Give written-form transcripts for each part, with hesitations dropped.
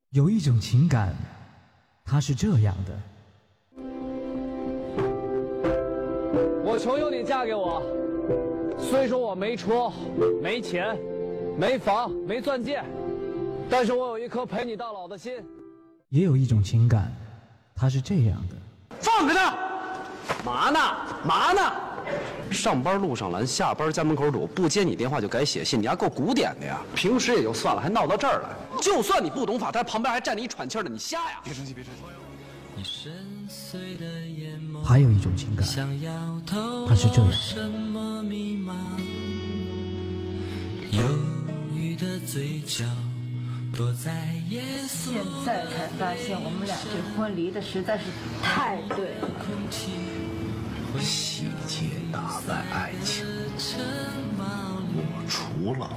有一种情感，它是这样的。 我求求你嫁给我，虽说我没车、没钱、没房、没钻戒，但是我有一颗陪你到老的心。 也有一种情感，它是这样的。 放开他！嘛呢？嘛呢？ 上班路上拦，下班家门口堵，不接你电话就改写信，你还够古典的呀！平时也就算了，还闹到这儿来。就算你不懂法，但旁边还站着一喘气的，你瞎呀！ 别生气，别生气。 还有一种情感，它是这样现在才发现我们俩这婚离的实在是太对了。 细节打败爱情，我除了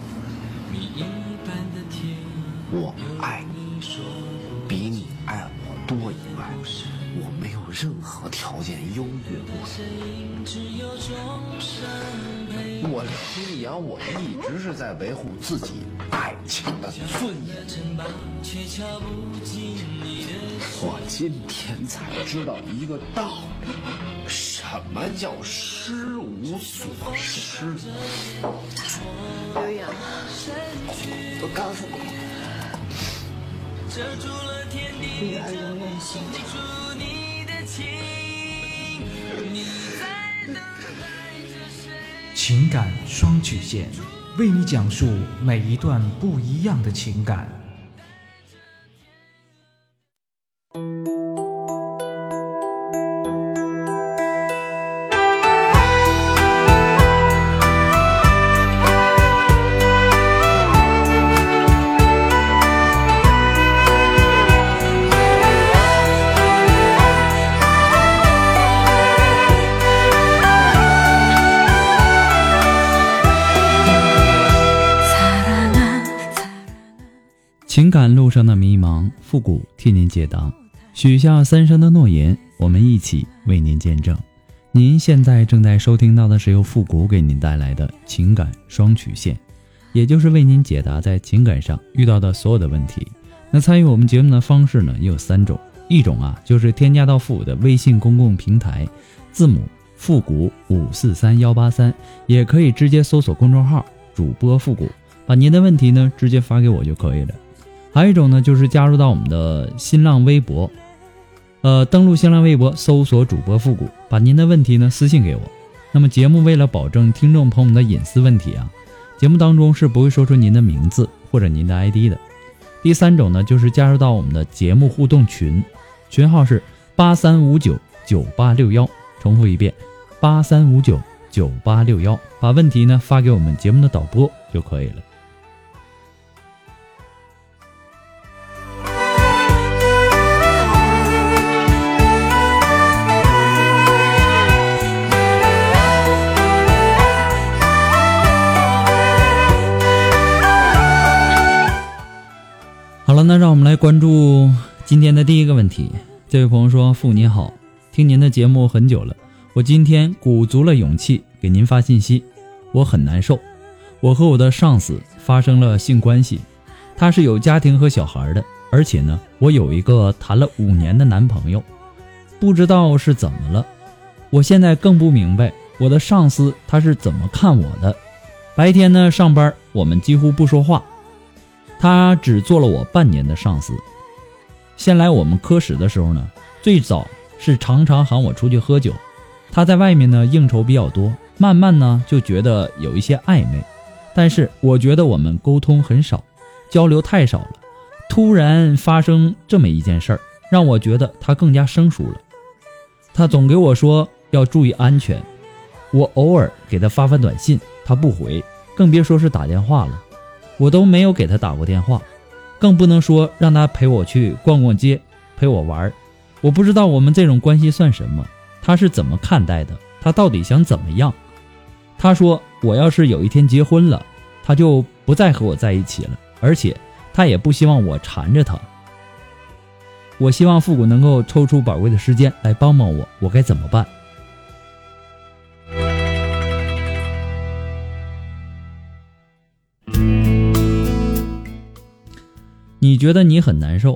我爱你比你爱我多以外，我没有任何条件优越过你。我李阳，我一直是在维护自己爱情的尊严。我今天才知道一个道理，什么叫失无所失。 刘洋， 我告诉你， 女儿永远幸福。 情感双曲线，为你讲述每一段不一样的情感。 情感路上的迷茫，复古替您解答。许下3生的诺言，我们一起为您见证。您现在正在收听到的是由复古给您带来的情感双曲线，也就是为您解答在情感上遇到的所有的问题。那参与我们节目的方式呢，也有3种。一种就是添加到复古的微信公共平台，字母复古543183，也可以直接搜索公众号主播复古，把您的问题呢直接发给我就可以了。还有一种呢，就是加入到我们的新浪微博，登录新浪微博搜索主播复古，把您的问题呢私信给我。那么节目为了保证听众朋友们的隐私问题节目当中是不会说出您的名字或者您的 ID 的。第3种呢，就是加入到我们的节目互动群，群号是83599861，重复一遍83599861，把问题呢发给我们节目的导播就可以了。好了，那让我们来关注今天的第一个问题。这位朋友说，父您好，听您的节目很久了，我今天鼓足了勇气给您发信息。我很难受，我和我的上司发生了性关系，他是有家庭和小孩的，而且呢，我有一个谈了5年的男朋友，不知道是怎么了。我现在更不明白我的上司他是怎么看我的。白天呢上班我们几乎不说话，他只做了我半年的上司。先来我们科室的时候呢，最早是常常喊我出去喝酒，他在外面呢应酬比较多，慢慢呢就觉得有一些暧昧，但是我觉得我们沟通很少，交流太少了。突然发生这么一件事儿，让我觉得他更加生疏了。他总给我说要注意安全，我偶尔给他发短信，他不回，更别说是打电话了。我都没有给他打过电话，更不能说让他陪我去逛逛街，陪我玩。我不知道我们这种关系算什么，他是怎么看待的，他到底想怎么样。他说我要是有一天结婚了，他就不再和我在一起了，而且他也不希望我缠着他。我希望复古能够抽出宝贵的时间来帮帮我，我该怎么办？你觉得你很难受，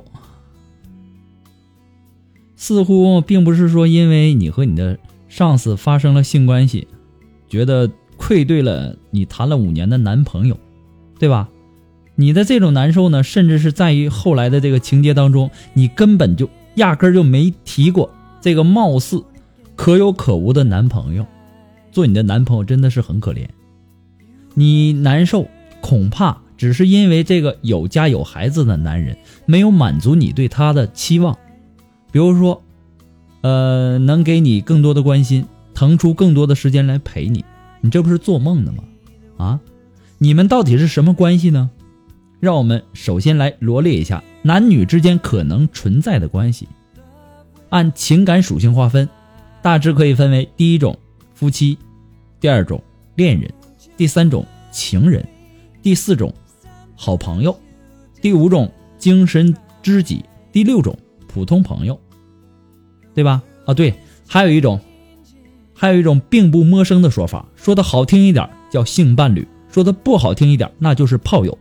似乎并不是说因为你和你的上司发生了性关系，觉得愧对了你谈了5年的男朋友，对吧？你的这种难受呢，甚至是在于后来的这个情节当中，你根本就压根就没提过这个貌似可有可无的男朋友。做你的男朋友真的是很可怜，你难受恐怕只是因为这个有家有孩子的男人没有满足你对他的期望，比如说能给你更多的关心，腾出更多的时间来陪你，你这不是做梦的吗？啊，你们到底是什么关系呢？让我们首先来罗列一下男女之间可能存在的关系。按情感属性划分，大致可以分为第一种夫妻，第二种恋人，第三种情人，第四种好朋友，第五种精神知己，第六种普通朋友，对吧？对，还有一种并不陌生的说法，说的好听一点叫性伴侣，说的不好听一点那就是炮友。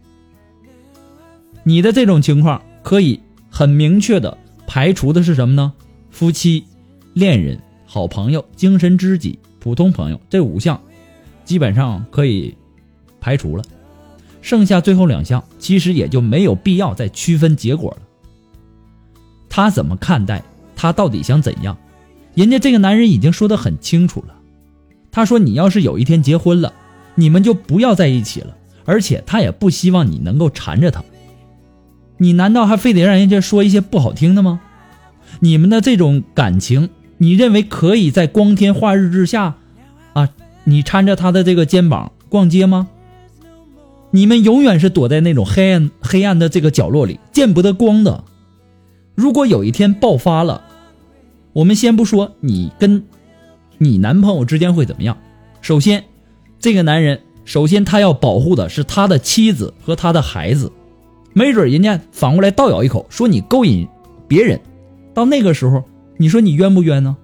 你的这种情况可以很明确的排除的是什么呢？夫妻、恋人、好朋友、精神知己、普通朋友，这5项基本上可以排除了，剩下最后2项其实也就没有必要再区分结果了。他怎么看待，他到底想怎样，人家这个男人已经说得很清楚了。他说你要是有一天结婚了，你们就不要在一起了，而且他也不希望你能够缠着他。你难道还非得让人家说一些不好听的吗？你们的这种感情，你认为可以在光天化日之下你搀着他的这个肩膀逛街吗？你们永远是躲在那种黑暗的这个角落里，见不得光的。如果有一天爆发了，我们先不说你跟你男朋友之间会怎么样，首先这个男人他要保护的是他的妻子和他的孩子，没准人家反过来倒咬一口说你勾引别人，到那个时候你说你冤不冤呢？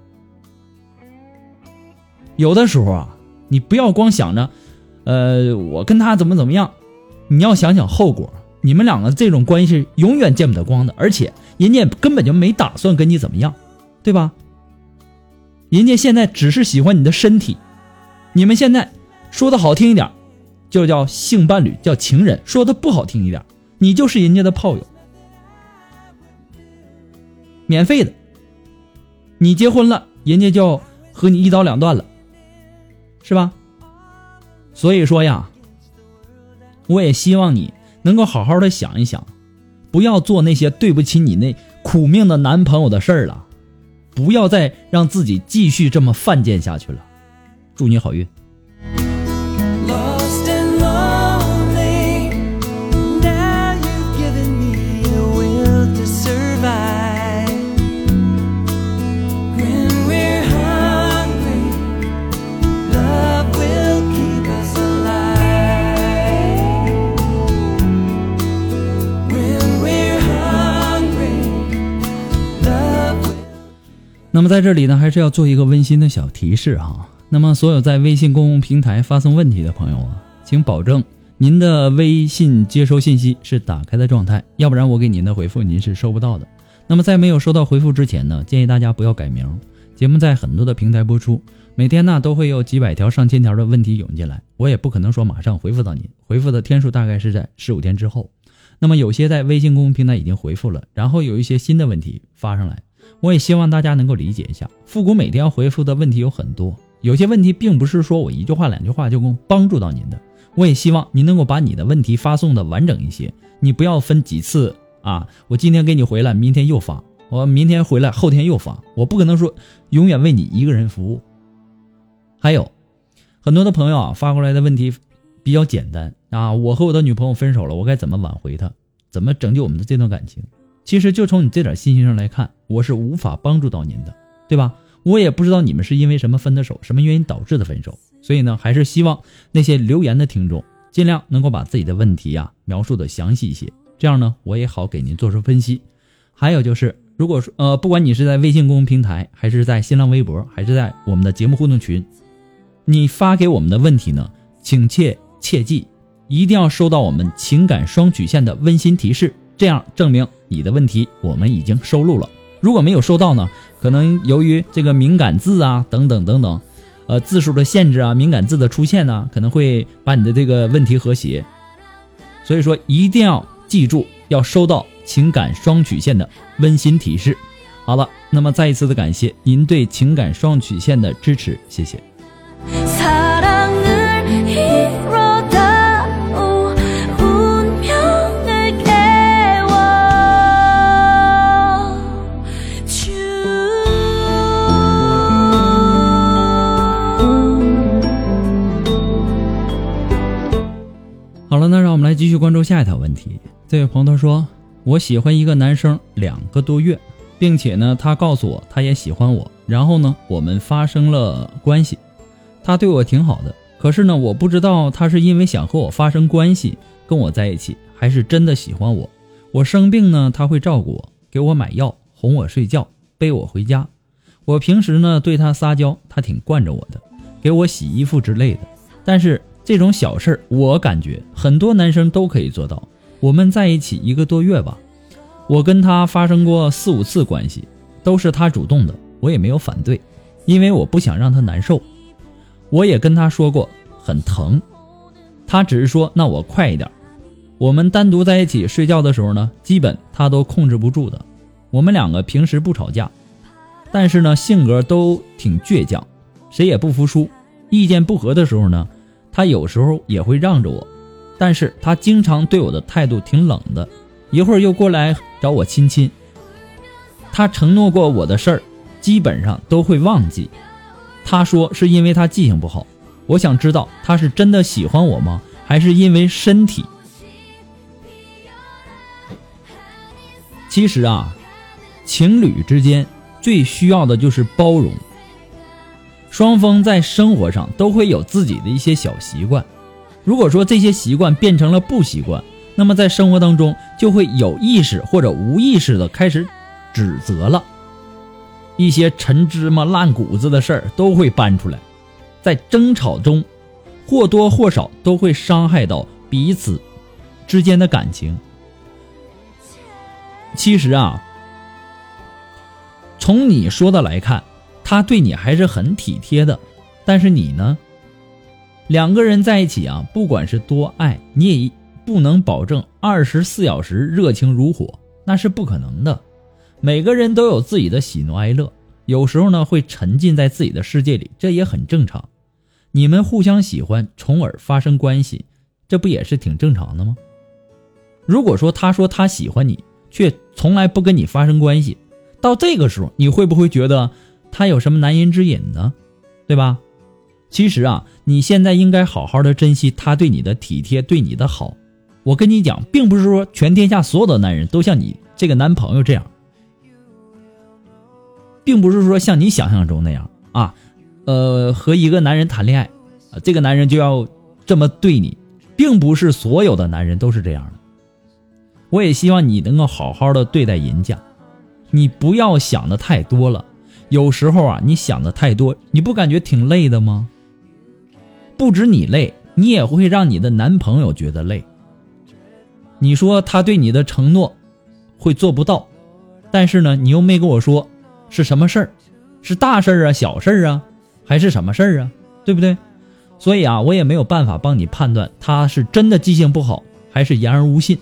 有的时候你不要光想着我跟他怎么样，你要想想后果。你们两个这种关系是永远见不得光的，而且人家根本就没打算跟你怎么样，对吧？人家现在只是喜欢你的身体，你们现在说的好听一点就叫性伴侣，叫情人，说的不好听一点你就是人家的炮友，免费的。你结婚了，人家就和你一刀两断了，是吧？所以说呀，我也希望你能够好好的想一想，不要做那些对不起你那苦命的男朋友的事儿了，不要再让自己继续这么犯贱下去了。祝你好运。那么在这里呢，还是要做一个温馨的小提示哈。那么所有在微信公共平台发送问题的朋友请保证您的微信接收信息是打开的状态，要不然我给您的回复您是收不到的。那么在没有收到回复之前呢，建议大家不要改名。节目在很多的平台播出，每天呢都会有几百条上千条的问题涌进来，我也不可能说马上回复到您，回复的天数大概是在15天之后。那么有些在微信公共平台已经回复了，然后有一些新的问题发上来，我也希望大家能够理解一下，复古每天要回复的问题有很多，有些问题并不是说我一句话两句话就能帮助到您的，我也希望您能够把你的问题发送的完整一些，你不要分几次我今天给你回来，明天又发，我明天回来，后天又发，我不可能说永远为你一个人服务。还有很多的朋友发过来的问题比较简单我和我的女朋友分手了，我该怎么挽回她，怎么拯救我们的这段感情。其实就从你这点信息上来看，我是无法帮助到您的，对吧？我也不知道你们是因为什么分的手，什么原因导致的分手，所以呢，还是希望那些留言的听众尽量能够把自己的问题描述的详细一些，这样呢，我也好给您做出分析。还有就是，如果说不管你是在微信公众平台，还是在新浪微博，还是在我们的节目互动群，你发给我们的问题呢，请切记一定要收到我们情感双曲线的温馨提示， 这样证明你的问题我们已经收录了。如果没有收到呢，可能由于这个敏感字啊等等等等，字数的限制啊，敏感字的出现呢，可能会把你的这个问题和谐。所以说一定要记住要收到情感双曲线的温馨提示。好了，那么再一次的感谢您对情感双曲线的支持，谢谢。好了，那让我们来继续关注下一条问题。这位朋友说，我喜欢一个男生2个多月，并且呢他告诉我他也喜欢我，然后呢我们发生了关系，他对我挺好的，可是呢我不知道他是因为想和我发生关系跟我在一起，还是真的喜欢我。我生病呢他会照顾我，给我买药，哄我睡觉，背我回家。我平时呢对他撒娇，他挺惯着我的，给我洗衣服之类的。但是这种小事我感觉很多男生都可以做到。我们在一起1个多月吧，我跟他发生过4、5次关系，都是他主动的，我也没有反对，因为我不想让他难受。我也跟他说过很疼，他只是说那我快一点。我们单独在一起睡觉的时候呢，基本他都控制不住的。我们2个平时不吵架，但是呢性格都挺倔强，谁也不服输。意见不合的时候呢，他有时候也会让着我，但是他经常对我的态度挺冷的，一会儿又过来找我亲亲。他承诺过我的事儿基本上都会忘记，他说是因为他记性不好。我想知道他是真的喜欢我吗，还是因为身体？其实啊，情侣之间最需要的就是包容。双方在生活上都会有自己的一些小习惯，如果说这些习惯变成了不习惯，那么在生活当中就会有意识或者无意识的开始指责了，一些陈芝麻烂谷子的事儿都会搬出来，在争吵中或多或少都会伤害到彼此之间的感情。其实啊，从你说的来看，他对你还是很体贴的，但是你呢？2个人在一起啊，不管是多爱，你也不能保证24小时热情如火，那是不可能的。每个人都有自己的喜怒哀乐，有时候呢会沉浸在自己的世界里，这也很正常。你们互相喜欢，从而发生关系，这不也是挺正常的吗？如果说他说他喜欢你，却从来不跟你发生关系，到这个时候你会不会觉得他有什么难言之隐呢？对吧？其实啊，你现在应该好好的珍惜他对你的体贴，对你的好。我跟你讲，并不是说全天下所有的男人都像你这个男朋友这样，并不是说像你想象中那样啊，和一个男人谈恋爱，这个男人就要这么对你，并不是所有的男人都是这样的。我也希望你能够好好的对待人家，你不要想的太多了。有时候啊，你想的太多，你不感觉挺累的吗？不止你累，你也会让你的男朋友觉得累。你说他对你的承诺会做不到，但是呢，你又没跟我说是什么事儿，是大事儿啊，小事儿啊，还是什么事儿啊，对不对？所以啊，我也没有办法帮你判断他是真的记性不好，还是言而无信。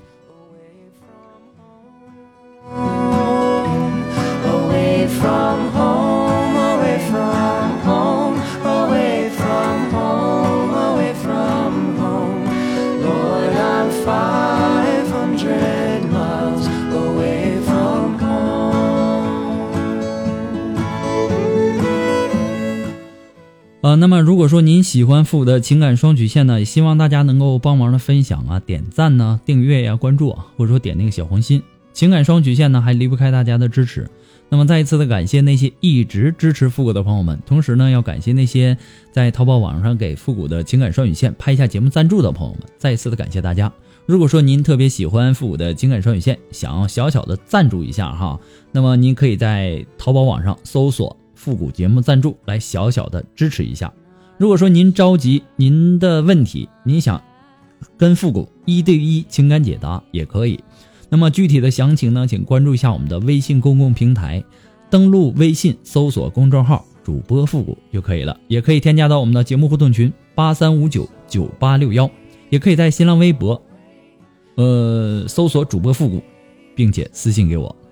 那么如果说您喜欢复古的情感双曲线呢，也希望大家能够帮忙的分享啊、点赞呢、订阅呀、关注啊，或者说点那个小红心。情感双曲线呢还离不开大家的支持。那么再一次的感谢那些一直支持复古的朋友们，同时呢要感谢那些在淘宝网上给复古的情感双曲线拍一下节目赞助的朋友们，再一次的感谢大家。如果说您特别喜欢复古的情感双曲线，想要小小的赞助一下哈，那么您可以在淘宝网上搜索复古节目赞助来小小的支持一下。如果说您着急您的问题，您想跟复古1对1情感解答也可以。 那么具体的详情呢，请关注一下我们的微信公共平台，登录微信搜索公众号主播复古就可以了，也可以添加到我们的节目互动群83599861，也可以在新浪微博搜索主播复古，并且私信给我。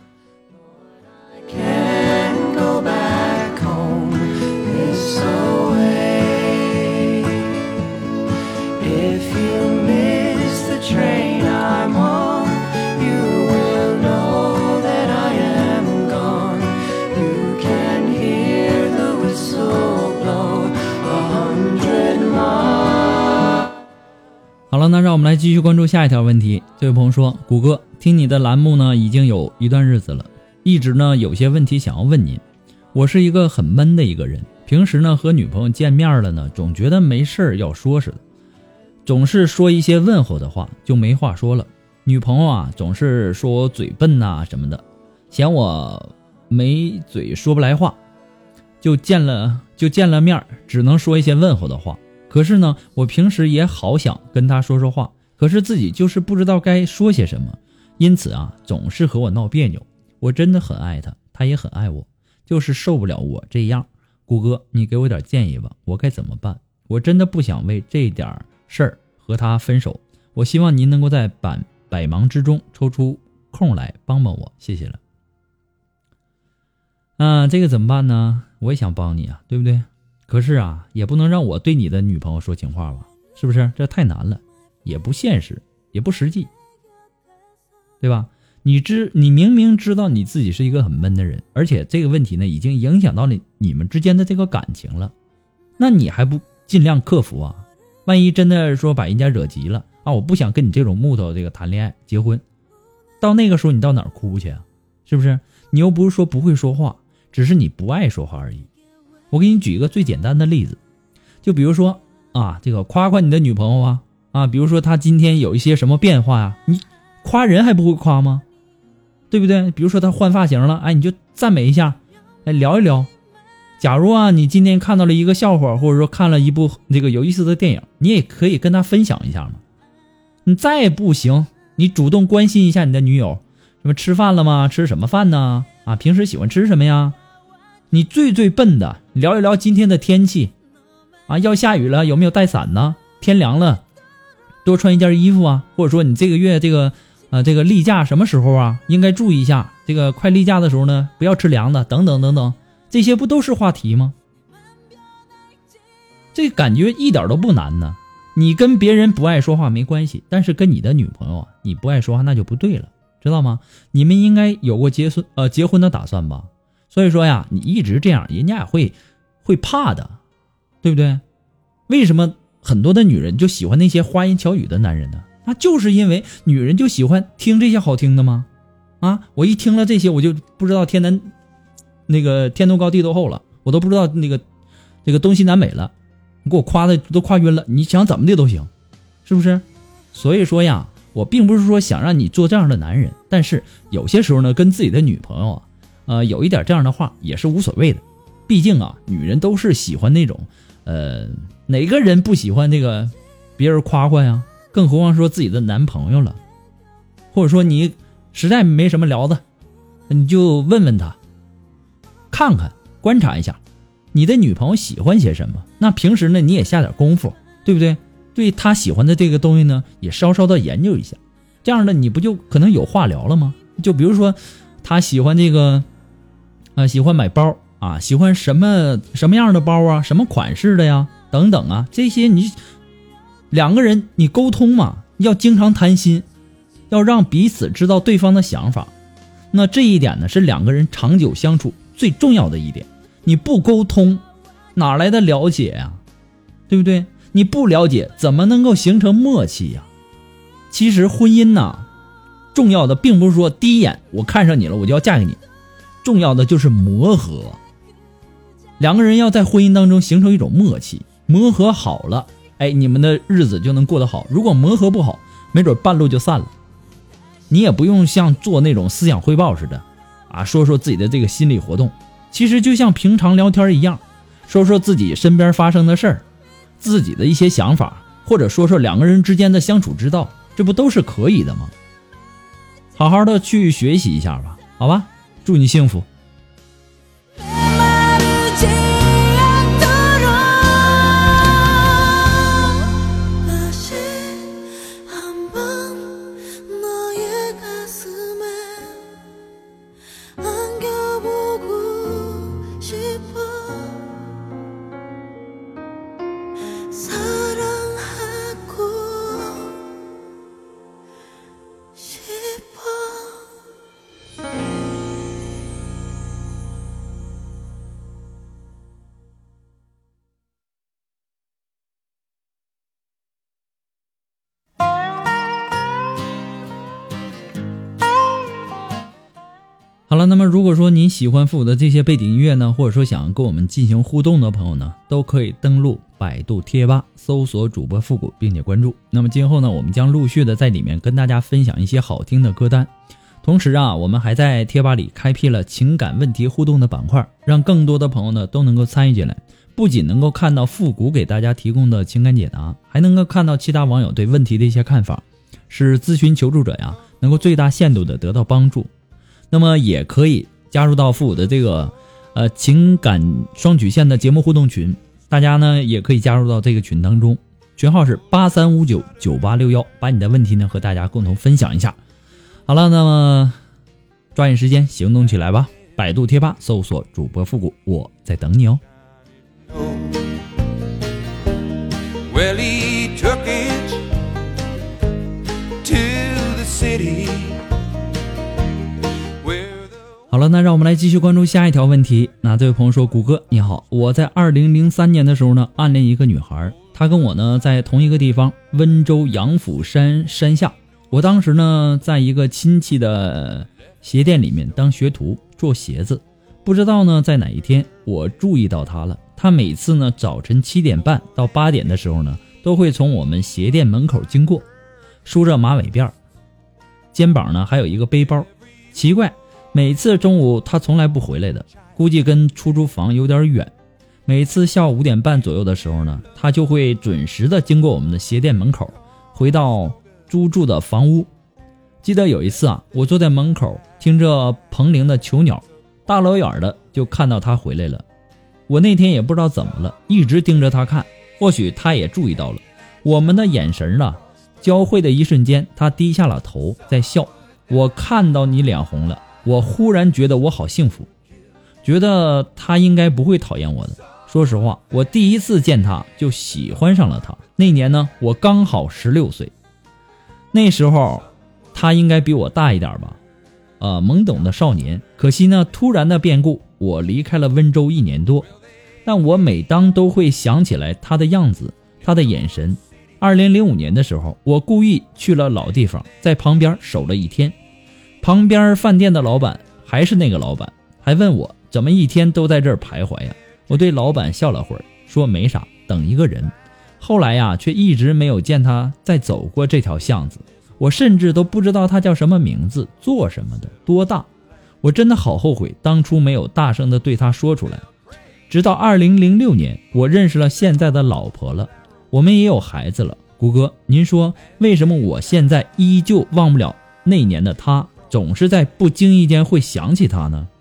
好了，那让我们来继续关注下一条问题。这位朋友说，谷歌，听你的栏目呢已经有一段日子了，一直呢有些问题想要问您。我是一个很闷的一个人，平时呢和女朋友见面了呢，总觉得没事要说似的，总是说一些问候的话就没话说了。女朋友啊总是说我嘴笨啊什么的，嫌我没嘴说不来话，就见了面只能说一些问候的话。可是呢，我平时也好想跟他说说话，可是自己就是不知道该说些什么，因此啊，总是和我闹别扭。我真的很爱他，他也很爱我，就是受不了我这样。谷歌，你给我点建议吧，我该怎么办？我真的不想为这点事儿和他分手，我希望您能够在百忙之中抽出空来帮帮我，谢谢了。这个怎么办呢？我也想帮你啊，对不对？可是啊，也不能让我对你的女朋友说情话吧，是不是？这太难了，也不现实，也不实际，对吧？你明明知道你自己是一个很闷的人，而且这个问题呢，已经影响到你们之间的这个感情了，那你还不尽量克服啊？万一真的说把人家惹急了啊，我不想跟你这种木头这个谈恋爱结婚，到那个时候你到哪儿哭去啊？是不是？你又不是说不会说话，只是你不爱说话而已。我给你举一个最简单的例子，就比如说啊，这个夸夸你的女朋友啊，比如说她今天有一些什么变化啊，你夸人还不会夸吗？对不对？比如说她换发型了，哎，你就赞美一下，哎，聊一聊。假如啊，你今天看到了一个笑话，或者说看了一部这个有意思的电影，你也可以跟她分享一下嘛。你再不行，你主动关心一下你的女友，什么吃饭了吗？吃什么饭呢？啊，平时喜欢吃什么呀？你最笨的，聊一聊今天的天气啊，要下雨了有没有带伞呢？天凉了多穿一件衣服啊，或者说你这个月这个例假什么时候啊，应该注意一下，这个快例假的时候呢，不要吃凉的，等等等等，这些不都是话题吗？这感觉一点都不难呢。你跟别人不爱说话没关系，但是跟你的女朋友啊，你不爱说话那就不对了，知道吗？你们应该有过结婚的打算吧？所以说呀，你一直这样，人家也会怕的，对不对？为什么很多的女人就喜欢那些花言巧语的男人呢？那就是因为女人就喜欢听这些好听的吗？啊，我一听了这些，我就不知道天东高地都厚了，我都不知道这个东西南北了，你给我夸的都夸晕了，你想怎么的都行，是不是？所以说呀，我并不是说想让你做这样的男人，但是有些时候呢，跟自己的女朋友有一点这样的话也是无所谓的。毕竟啊，女人都是喜欢那种哪个人不喜欢这个别人夸夸呀？更何况说自己的男朋友了。或者说你实在没什么聊的，你就问问他，看看观察一下你的女朋友喜欢些什么，那平时呢你也下点功夫，对不对？对她喜欢的这个东西呢也稍稍的研究一下，这样的你不就可能有话聊了吗？就比如说她喜欢这个喜欢买包啊，喜欢什么样的包啊，什么款式的呀等等啊，这些你两个人你沟通嘛，要经常谈心，要让彼此知道对方的想法。那这一点呢是两个人长久相处最重要的一点。你不沟通哪来的了解呀？对不对？你不了解怎么能够形成默契呀？其实婚姻呢，重要的并不是说第一眼我看上你了我就要嫁给你，重要的就是磨合。两个人要在婚姻当中形成一种默契，磨合好了，哎，你们的日子就能过得好。如果磨合不好，没准半路就散了。你也不用像做那种思想汇报似的啊，说说自己的这个心理活动，其实就像平常聊天一样，说说自己身边发生的事儿，自己的一些想法，或者说说两个人之间的相处之道，这不都是可以的吗？ 好好的去学习一下吧，好吧，祝你幸福。好了，那么如果说您喜欢复古的这些背景音乐呢，或者说想跟我们进行互动的朋友呢，都可以登录百度贴吧搜索主播复古并且关注。那么今后呢，我们将陆续的在里面跟大家分享一些好听的歌单。同时啊，我们还在贴吧里开辟了情感问题互动的板块，让更多的朋友呢都能够参与进来，不仅能够看到复古给大家提供的情感解答，还能够看到其他网友对问题的一些看法，使咨询求助者呀能够最大限度的得到帮助。那么也可以加入到复古的这个情感双曲线的节目互动群，大家呢也可以加入到这个群当中，群号是83599861，把你的问题呢和大家共同分享一下。好了，那么抓紧时间行动起来吧，百度贴吧搜索主播复古，我在等你哦。 Well, he took it to the city. 好了，那让我们来继续关注下一条问题。那这位朋友说，谷歌你好，我在2003年的时候呢暗恋一个女孩，她跟我呢在同一个地方，温州阳府山下。我当时呢在一个亲戚的鞋店里面当学徒做鞋子，不知道呢在哪一天我注意到她了。她每次呢早晨7点半到8点的时候呢都会从我们鞋店门口经过，梳着马尾辫，肩膀呢还有一个背包。奇怪，每次中午他从来不回来的，估计跟出租房有点远。每次下午5点半左右的时候呢，他就会准时的经过我们的鞋店门口，回到租住的房屋。记得有一次啊，我坐在门口听着棚铃的囚鸟，大老远的就看到他回来了。我那天也不知道怎么了，一直盯着他看，或许他也注意到了我们的眼神呢交汇的一瞬间，他低下了头在笑。我看到你脸红了，我忽然觉得我好幸福，觉得他应该不会讨厌我的。说实话，我第一次见他就喜欢上了他。那年呢，我刚好16岁，那时候他应该比我大一点吧，懵懂的少年。可惜呢，突然的变故，我离开了温州1年多，但我每当都会想起来他的样子，他的眼神。2005年的时候，我故意去了老地方，在旁边守了1天。旁边饭店的老板还是那个老板，还问我怎么一天都在这儿徘徊呀。我对老板笑了会儿，说没啥，等一个人。后来呀，却一直没有见他再走过这条巷子，我甚至都不知道他叫什么名字，做什么的，多大。我真的好后悔当初没有大声的对他说出来。直到2006年，我认识了现在的老婆了，我们也有孩子了。谷歌，您说为什么我现在依旧忘不了那年的他，总是在不经意间会想起他呢？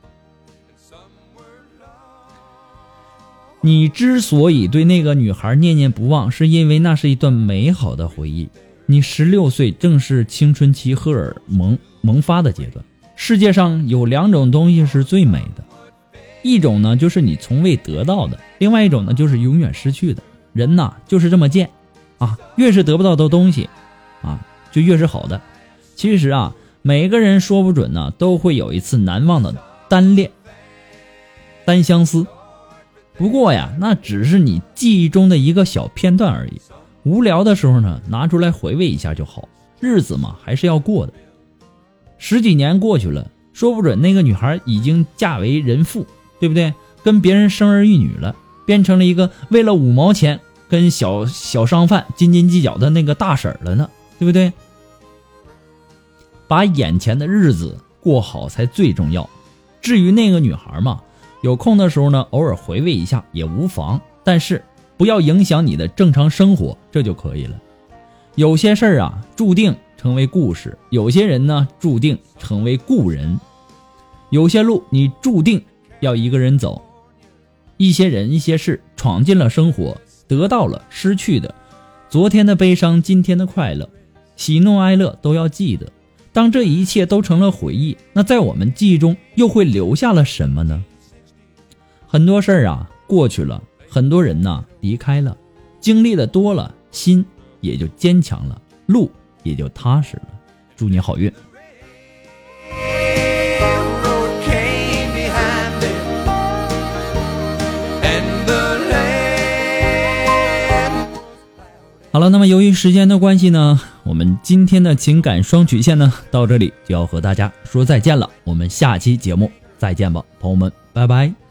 你之所以对那个女孩念念不忘，是因为那是一段美好的回忆。你16岁正是青春期荷尔蒙萌发的阶段。世界上有2种东西是最美的，一种呢就是你从未得到的，另外一种呢就是永远失去的。人呐就是这么贱啊，越是得不到的东西啊就越是好的。其实啊，每个人说不准呢都会有一次难忘的单恋单相思，不过呀那只是你记忆中的一个小片段而已。无聊的时候呢拿出来回味一下就好，日子嘛还是要过的。10几年过去了，说不准那个女孩已经嫁为人妇，对不对？跟别人生儿育女了，变成了一个为了5毛钱跟小商贩斤斤计较的那个大婶了呢，对不对？把眼前的日子过好才最重要。至于那个女孩嘛，有空的时候呢偶尔回味一下也无妨，但是不要影响你的正常生活，这就可以了。有些事儿啊注定成为故事，有些人呢注定成为故人。有些路你注定要一个人走，一些人一些事闯进了生活，得到了失去的，昨天的悲伤，今天的快乐，喜怒哀乐都要记得。当这一切都成了回忆，那在我们记忆中又会留下了什么呢？很多事儿啊过去了，很多人呐离开了，经历的多了，心也就坚强了，路也就踏实了。祝你好运。好了，那么由于时间的关系呢，我们今天的情感双曲线呢到这里就要和大家说再见了，我们下期节目再见吧，朋友们，拜拜。